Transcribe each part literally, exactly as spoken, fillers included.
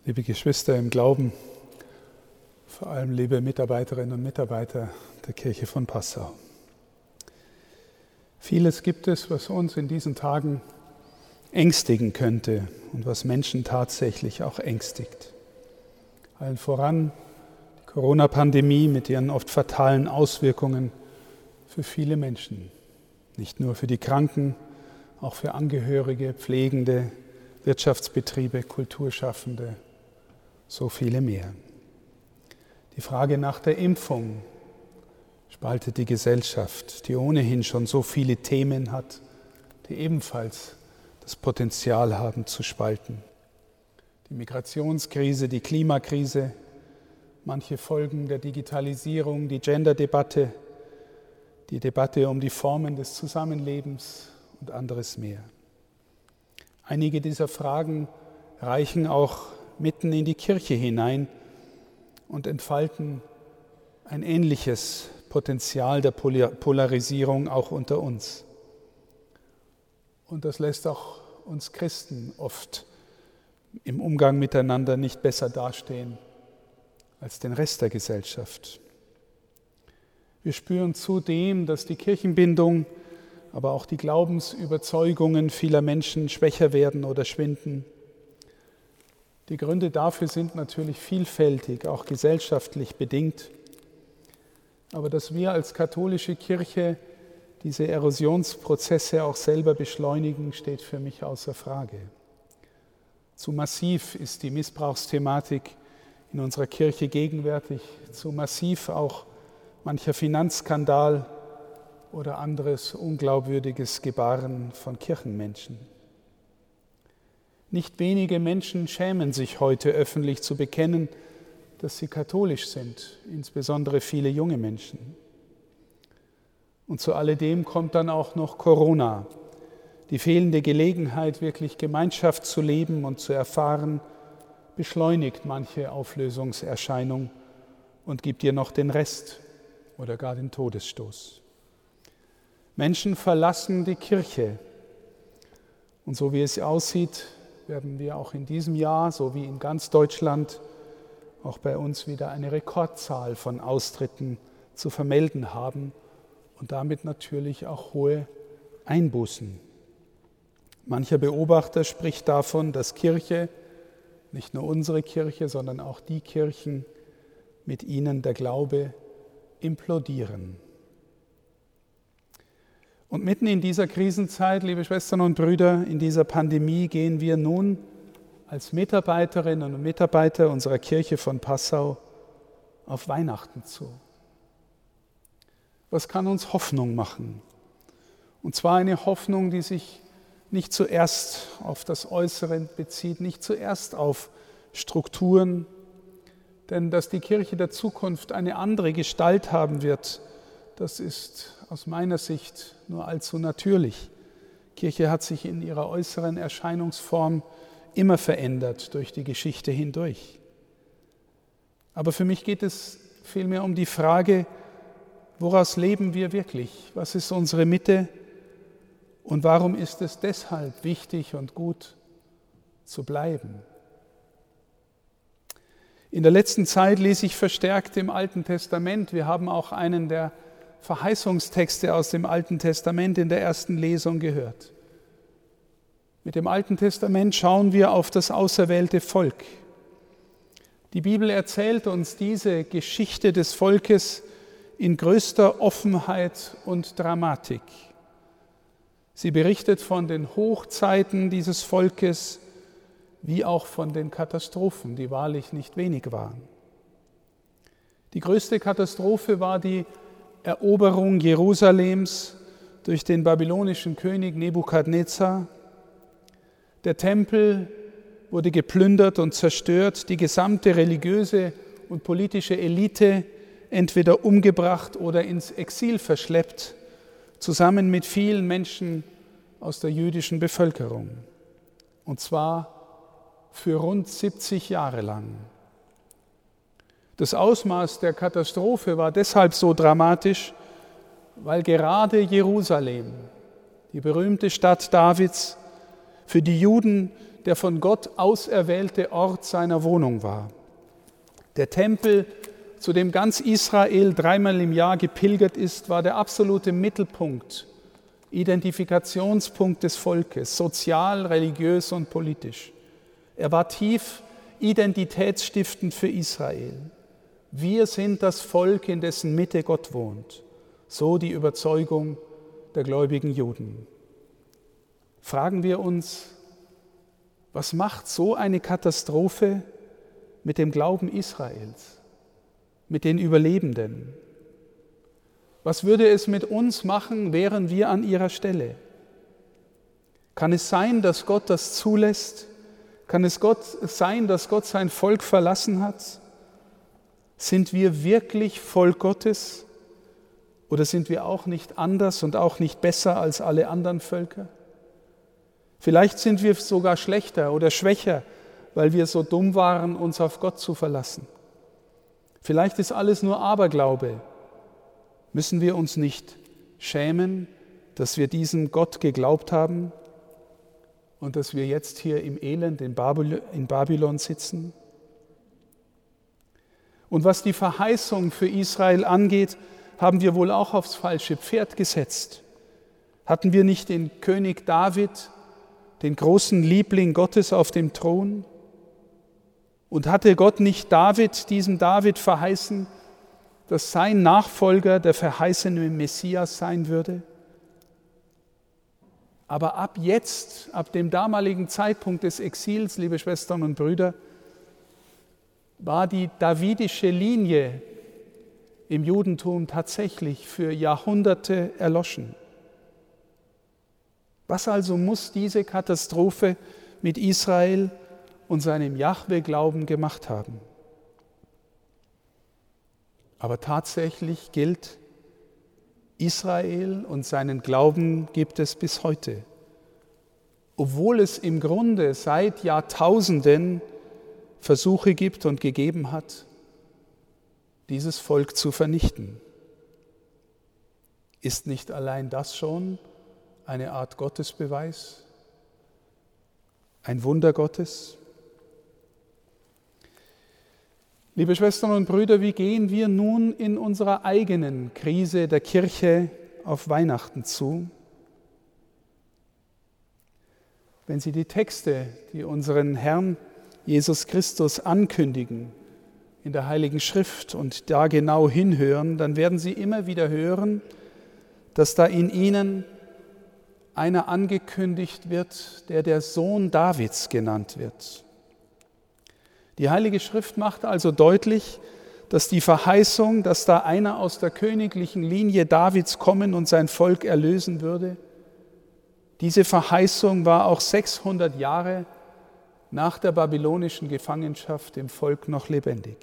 Liebe Geschwister im Glauben, vor allem liebe Mitarbeiterinnen und Mitarbeiter der Kirche von Passau. Vieles gibt es, was uns in diesen Tagen ängstigen könnte und was Menschen tatsächlich auch ängstigt. Allen voran die Corona-Pandemie mit ihren oft fatalen Auswirkungen für viele Menschen. Nicht nur für die Kranken, auch für Angehörige, Pflegende, Wirtschaftsbetriebe, Kulturschaffende, so viele mehr. Die Frage nach der Impfung spaltet die Gesellschaft, die ohnehin schon so viele Themen hat, die ebenfalls das Potenzial haben zu spalten. Die Migrationskrise, die Klimakrise, manche Folgen der Digitalisierung, die Gender-Debatte, die Debatte um die Formen des Zusammenlebens und anderes mehr. Einige dieser Fragen reichen auch mitten in die Kirche hinein und entfalten ein ähnliches Potenzial der Polarisierung auch unter uns. Und das lässt auch uns Christen oft im Umgang miteinander nicht besser dastehen als den Rest der Gesellschaft. Wir spüren zudem, dass die Kirchenbindung, aber auch die Glaubensüberzeugungen vieler Menschen schwächer werden oder schwinden. Die Gründe dafür sind natürlich vielfältig, auch gesellschaftlich bedingt. Aber dass wir als katholische Kirche diese Erosionsprozesse auch selber beschleunigen, steht für mich außer Frage. Zu massiv ist die Missbrauchsthematik in unserer Kirche gegenwärtig, zu massiv auch mancher Finanzskandal oder anderes unglaubwürdiges Gebaren von Kirchenmenschen. Nicht wenige Menschen schämen sich heute öffentlich zu bekennen, dass sie katholisch sind, insbesondere viele junge Menschen. Und zu alledem kommt dann auch noch Corona, die fehlende Gelegenheit, wirklich Gemeinschaft zu leben und zu erfahren, beschleunigt manche Auflösungserscheinung und gibt ihr noch den Rest oder gar den Todesstoß. Menschen verlassen die Kirche und so wie es aussieht, werden wir auch in diesem Jahr, so wie in ganz Deutschland, auch bei uns wieder eine Rekordzahl von Austritten zu vermelden haben und damit natürlich auch hohe Einbußen. Mancher Beobachter spricht davon, dass Kirche, nicht nur unsere Kirche, sondern auch die Kirchen, mit ihnen der Glaube implodieren. Und mitten in dieser Krisenzeit, liebe Schwestern und Brüder, in dieser Pandemie gehen wir nun als Mitarbeiterinnen und Mitarbeiter unserer Kirche von Passau auf Weihnachten zu. Was kann uns Hoffnung machen? Und zwar eine Hoffnung, die sich nicht zuerst auf das Äußere bezieht, nicht zuerst auf Strukturen, denn dass die Kirche der Zukunft eine andere Gestalt haben wird, das ist aus meiner Sicht nur allzu natürlich. Kirche hat sich in ihrer äußeren Erscheinungsform immer verändert durch die Geschichte hindurch. Aber für mich geht es vielmehr um die Frage, woraus leben wir wirklich? Was ist unsere Mitte? Und warum ist es deshalb wichtig und gut zu bleiben? In der letzten Zeit lese ich verstärkt im Alten Testament. Wir haben auch einen der Verheißungstexte aus dem Alten Testament in der ersten Lesung gehört. Mit dem Alten Testament schauen wir auf das auserwählte Volk. Die Bibel erzählt uns diese Geschichte des Volkes in größter Offenheit und Dramatik. Sie berichtet von den Hochzeiten dieses Volkes, wie auch von den Katastrophen, die wahrlich nicht wenig waren. Die größte Katastrophe war die Eroberung Jerusalems durch den babylonischen König Nebukadnezar. Der Tempel wurde geplündert und zerstört, die gesamte religiöse und politische Elite entweder umgebracht oder ins Exil verschleppt, zusammen mit vielen Menschen aus der jüdischen Bevölkerung. Und zwar für rund siebzig Jahre lang. Das Ausmaß der Katastrophe war deshalb so dramatisch, weil gerade Jerusalem, die berühmte Stadt Davids, für die Juden der von Gott auserwählte Ort seiner Wohnung war. Der Tempel, zu dem ganz Israel dreimal im Jahr gepilgert ist, war der absolute Mittelpunkt, Identifikationspunkt des Volkes, sozial, religiös und politisch. Er war tief identitätsstiftend für Israel. Wir sind das Volk, in dessen Mitte Gott wohnt. So die Überzeugung der gläubigen Juden. Fragen wir uns, was macht so eine Katastrophe mit dem Glauben Israels, mit den Überlebenden? Was würde es mit uns machen, wären wir an ihrer Stelle? Kann es sein, dass Gott das zulässt? Kann es Gott sein, dass Gott sein Volk verlassen hat? Sind wir wirklich Volk Gottes? Oder sind wir auch nicht anders und auch nicht besser als alle anderen Völker? Vielleicht sind wir sogar schlechter oder schwächer, weil wir so dumm waren, uns auf Gott zu verlassen. Vielleicht ist alles nur Aberglaube. Müssen wir uns nicht schämen, dass wir diesem Gott geglaubt haben und dass wir jetzt hier im Elend in Babylon sitzen? Und was die Verheißung für Israel angeht, haben wir wohl auch aufs falsche Pferd gesetzt. Hatten wir nicht den König David, den großen Liebling Gottes auf dem Thron? Und hatte Gott nicht David, diesem David verheißen, dass sein Nachfolger der verheißene Messias sein würde? Aber ab jetzt, ab dem damaligen Zeitpunkt des Exils, liebe Schwestern und Brüder, war die davidische Linie im Judentum tatsächlich für Jahrhunderte erloschen. Was also muss diese Katastrophe mit Israel und seinem Jahwe-Glauben gemacht haben? Aber tatsächlich gilt, Israel und seinen Glauben gibt es bis heute. Obwohl es im Grunde seit Jahrtausenden Versuche gibt und gegeben hat, dieses Volk zu vernichten. Ist nicht allein das schon eine Art Gottesbeweis? Ein Wunder Gottes? Liebe Schwestern und Brüder, wie gehen wir nun in unserer eigenen Krise der Kirche auf Weihnachten zu? Wenn Sie die Texte, die unseren Herrn Jesus Christus ankündigen in der Heiligen Schrift und da genau hinhören, dann werden Sie immer wieder hören, dass da in ihnen einer angekündigt wird, der der Sohn Davids genannt wird. Die Heilige Schrift macht also deutlich, dass die Verheißung, dass da einer aus der königlichen Linie Davids kommen und sein Volk erlösen würde, diese Verheißung war auch sechshundert Jahre nach der babylonischen Gefangenschaft im Volk noch lebendig.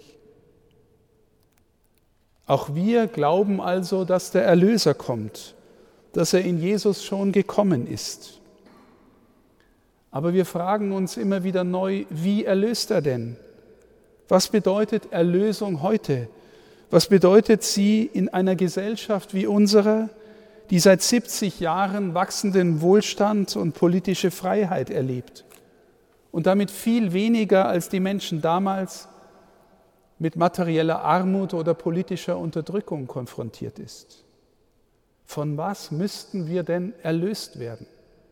Auch wir glauben also, dass der Erlöser kommt, dass er in Jesus schon gekommen ist. Aber wir fragen uns immer wieder neu, wie erlöst er denn? Was bedeutet Erlösung heute? Was bedeutet sie in einer Gesellschaft wie unserer, die seit siebzig Jahren wachsenden Wohlstand und politische Freiheit erlebt und damit viel weniger als die Menschen damals mit materieller Armut oder politischer Unterdrückung konfrontiert ist? Von was müssten wir denn erlöst werden?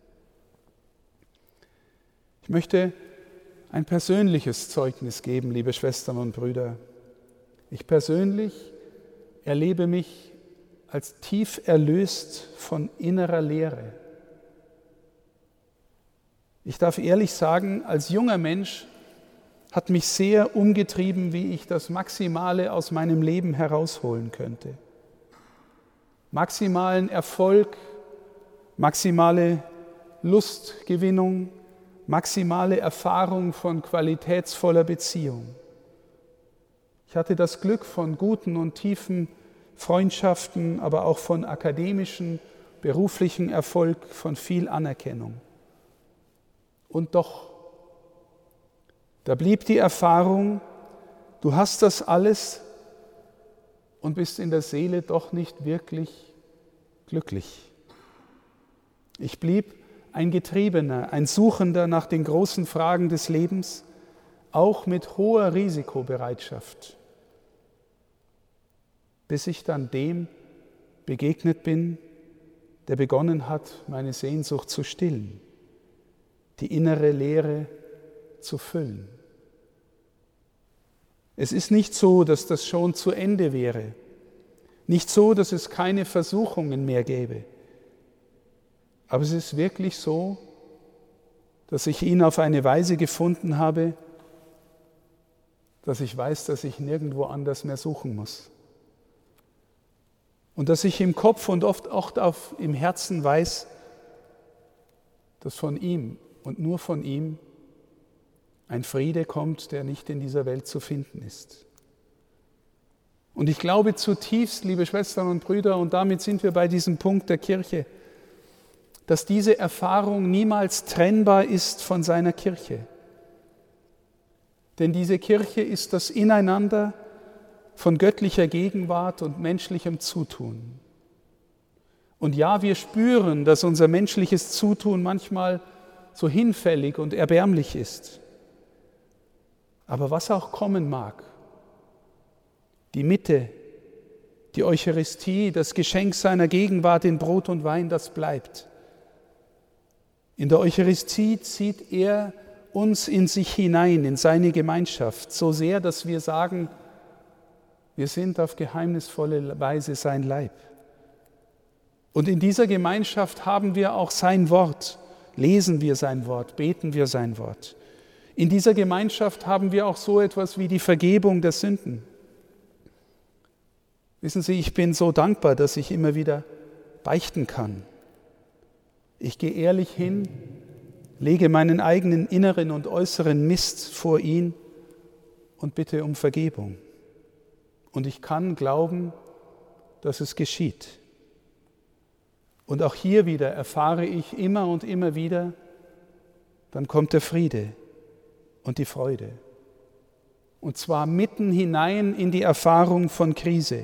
Ich möchte ein persönliches Zeugnis geben, liebe Schwestern und Brüder. Ich persönlich erlebe mich als tief erlöst von innerer Leere. Ich darf ehrlich sagen, als junger Mensch hat mich sehr umgetrieben, wie ich das Maximale aus meinem Leben herausholen könnte. Maximalen Erfolg, maximale Lustgewinnung, maximale Erfahrung von qualitätsvoller Beziehung. Ich hatte das Glück von guten und tiefen Freundschaften, aber auch von akademischen, beruflichen Erfolg, von viel Anerkennung. Und doch, da blieb die Erfahrung, du hast das alles und bist in der Seele doch nicht wirklich glücklich. Ich blieb ein Getriebener, ein Suchender nach den großen Fragen des Lebens, auch mit hoher Risikobereitschaft, bis ich dann dem begegnet bin, der begonnen hat, meine Sehnsucht zu stillen, die innere Leere zu füllen. Es ist nicht so, dass das schon zu Ende wäre, nicht so, dass es keine Versuchungen mehr gäbe, aber es ist wirklich so, dass ich ihn auf eine Weise gefunden habe, dass ich weiß, dass ich nirgendwo anders mehr suchen muss. Und dass ich im Kopf und oft auch auf, im Herzen weiß, dass von ihm und nur von ihm ein Friede kommt, der nicht in dieser Welt zu finden ist. Und ich glaube zutiefst, liebe Schwestern und Brüder, und damit sind wir bei diesem Punkt der Kirche, dass diese Erfahrung niemals trennbar ist von seiner Kirche. Denn diese Kirche ist das Ineinander von göttlicher Gegenwart und menschlichem Zutun. Und ja, wir spüren, dass unser menschliches Zutun manchmal so hinfällig und erbärmlich ist. Aber was auch kommen mag, die Mitte, die Eucharistie, das Geschenk seiner Gegenwart in Brot und Wein, das bleibt. In der Eucharistie zieht er uns in sich hinein, in seine Gemeinschaft, so sehr, dass wir sagen, wir sind auf geheimnisvolle Weise sein Leib. Und in dieser Gemeinschaft haben wir auch sein Wort, lesen wir sein Wort, beten wir sein Wort. In dieser Gemeinschaft haben wir auch so etwas wie die Vergebung der Sünden. Wissen Sie, ich bin so dankbar, dass ich immer wieder beichten kann. Ich gehe ehrlich hin, lege meinen eigenen inneren und äußeren Mist vor ihn und bitte um Vergebung. Und ich kann glauben, dass es geschieht. Und auch hier wieder erfahre ich immer und immer wieder, dann kommt der Friede und die Freude. Und zwar mitten hinein in die Erfahrung von Krise.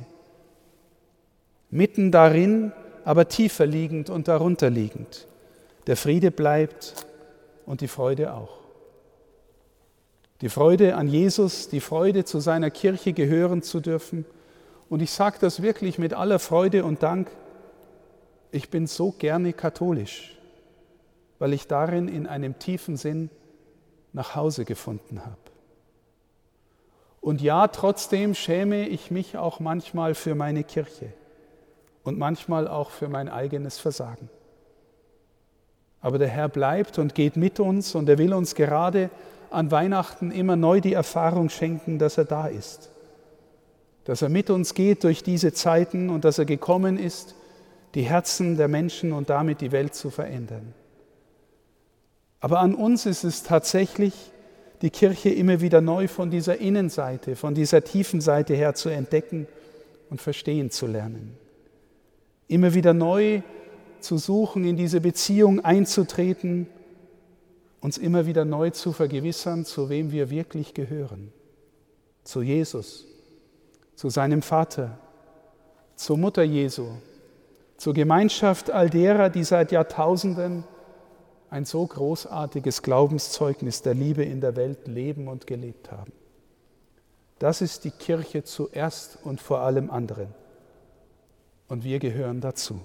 Mitten darin, aber tiefer liegend und darunter liegend. Der Friede bleibt und die Freude auch. Die Freude an Jesus, die Freude, zu seiner Kirche gehören zu dürfen. Und ich sage das wirklich mit aller Freude und Dank. Ich bin so gerne katholisch, weil ich darin in einem tiefen Sinn nach Hause gefunden habe. Und ja, trotzdem schäme ich mich auch manchmal für meine Kirche und manchmal auch für mein eigenes Versagen. Aber der Herr bleibt und geht mit uns und er will uns gerade an Weihnachten immer neu die Erfahrung schenken, dass er da ist. Dass er mit uns geht durch diese Zeiten und dass er gekommen ist, die Herzen der Menschen und damit die Welt zu verändern. Aber an uns ist es tatsächlich, die Kirche immer wieder neu von dieser Innenseite, von dieser tiefen Seite her zu entdecken und verstehen zu lernen. Immer wieder neu zu suchen, in diese Beziehung einzutreten, uns immer wieder neu zu vergewissern, zu wem wir wirklich gehören. Zu Jesus, zu seinem Vater, zur Mutter Jesu, zur Gemeinschaft all derer, die seit Jahrtausenden ein so großartiges Glaubenszeugnis der Liebe in der Welt leben und gelebt haben. Das ist die Kirche zuerst und vor allem anderen. Und wir gehören dazu.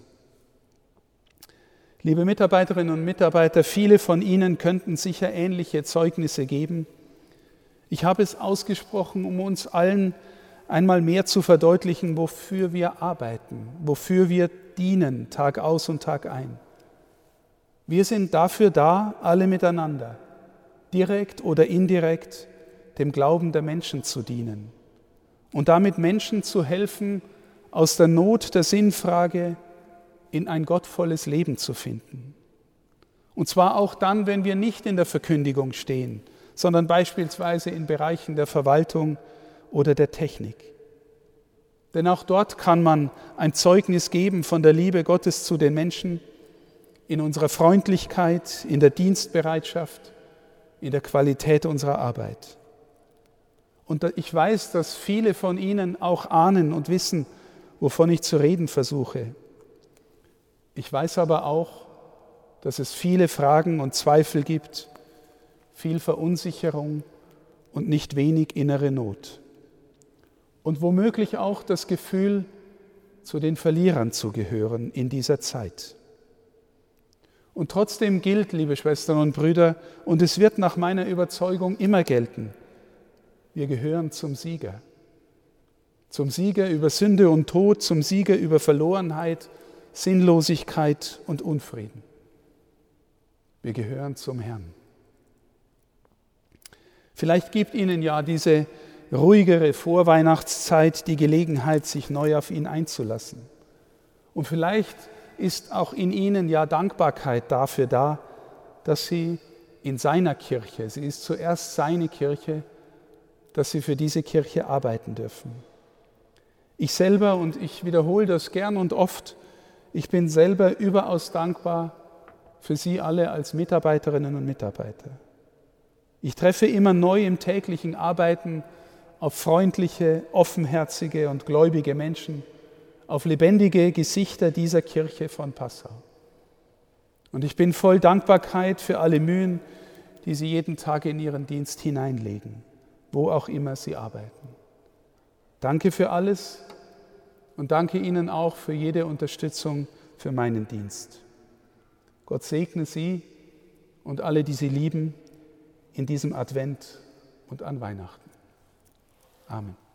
Liebe Mitarbeiterinnen und Mitarbeiter, viele von Ihnen könnten sicher ähnliche Zeugnisse geben. Ich habe es ausgesprochen, um uns allen einmal mehr zu verdeutlichen, wofür wir arbeiten, wofür wir dienen, Tag aus und Tag ein. Wir sind dafür da, alle miteinander, direkt oder indirekt, dem Glauben der Menschen zu dienen und damit Menschen zu helfen, aus der Not der Sinnfrage in ein gottvolles Leben zu finden. Und zwar auch dann, wenn wir nicht in der Verkündigung stehen, sondern beispielsweise in Bereichen der Verwaltung oder der Technik. Denn auch dort kann man ein Zeugnis geben von der Liebe Gottes zu den Menschen, in unserer Freundlichkeit, in der Dienstbereitschaft, in der Qualität unserer Arbeit. Und ich weiß, dass viele von Ihnen auch ahnen und wissen, wovon ich zu reden versuche. Ich weiß aber auch, dass es viele Fragen und Zweifel gibt, viel Verunsicherung und nicht wenig innere Not. Und womöglich auch das Gefühl, zu den Verlierern zu gehören in dieser Zeit. Und trotzdem gilt, liebe Schwestern und Brüder, und es wird nach meiner Überzeugung immer gelten, wir gehören zum Sieger. Zum Sieger über Sünde und Tod, zum Sieger über Verlorenheit, Sinnlosigkeit und Unfrieden. Wir gehören zum Herrn. Vielleicht gibt Ihnen ja diese ruhigere Vorweihnachtszeit die Gelegenheit, sich neu auf ihn einzulassen. Und vielleicht ist auch in Ihnen ja Dankbarkeit dafür da, dass Sie in seiner Kirche, sie ist zuerst seine Kirche, dass Sie für diese Kirche arbeiten dürfen. Ich selber, und ich wiederhole das gern und oft, ich bin selber überaus dankbar für Sie alle als Mitarbeiterinnen und Mitarbeiter. Ich treffe immer neu im täglichen Arbeiten auf freundliche, offenherzige und gläubige Menschen, auf lebendige Gesichter dieser Kirche von Passau. Und ich bin voll Dankbarkeit für alle Mühen, die Sie jeden Tag in Ihren Dienst hineinlegen, wo auch immer Sie arbeiten. Danke für alles und danke Ihnen auch für jede Unterstützung für meinen Dienst. Gott segne Sie und alle, die Sie lieben, in diesem Advent und an Weihnachten. Amen.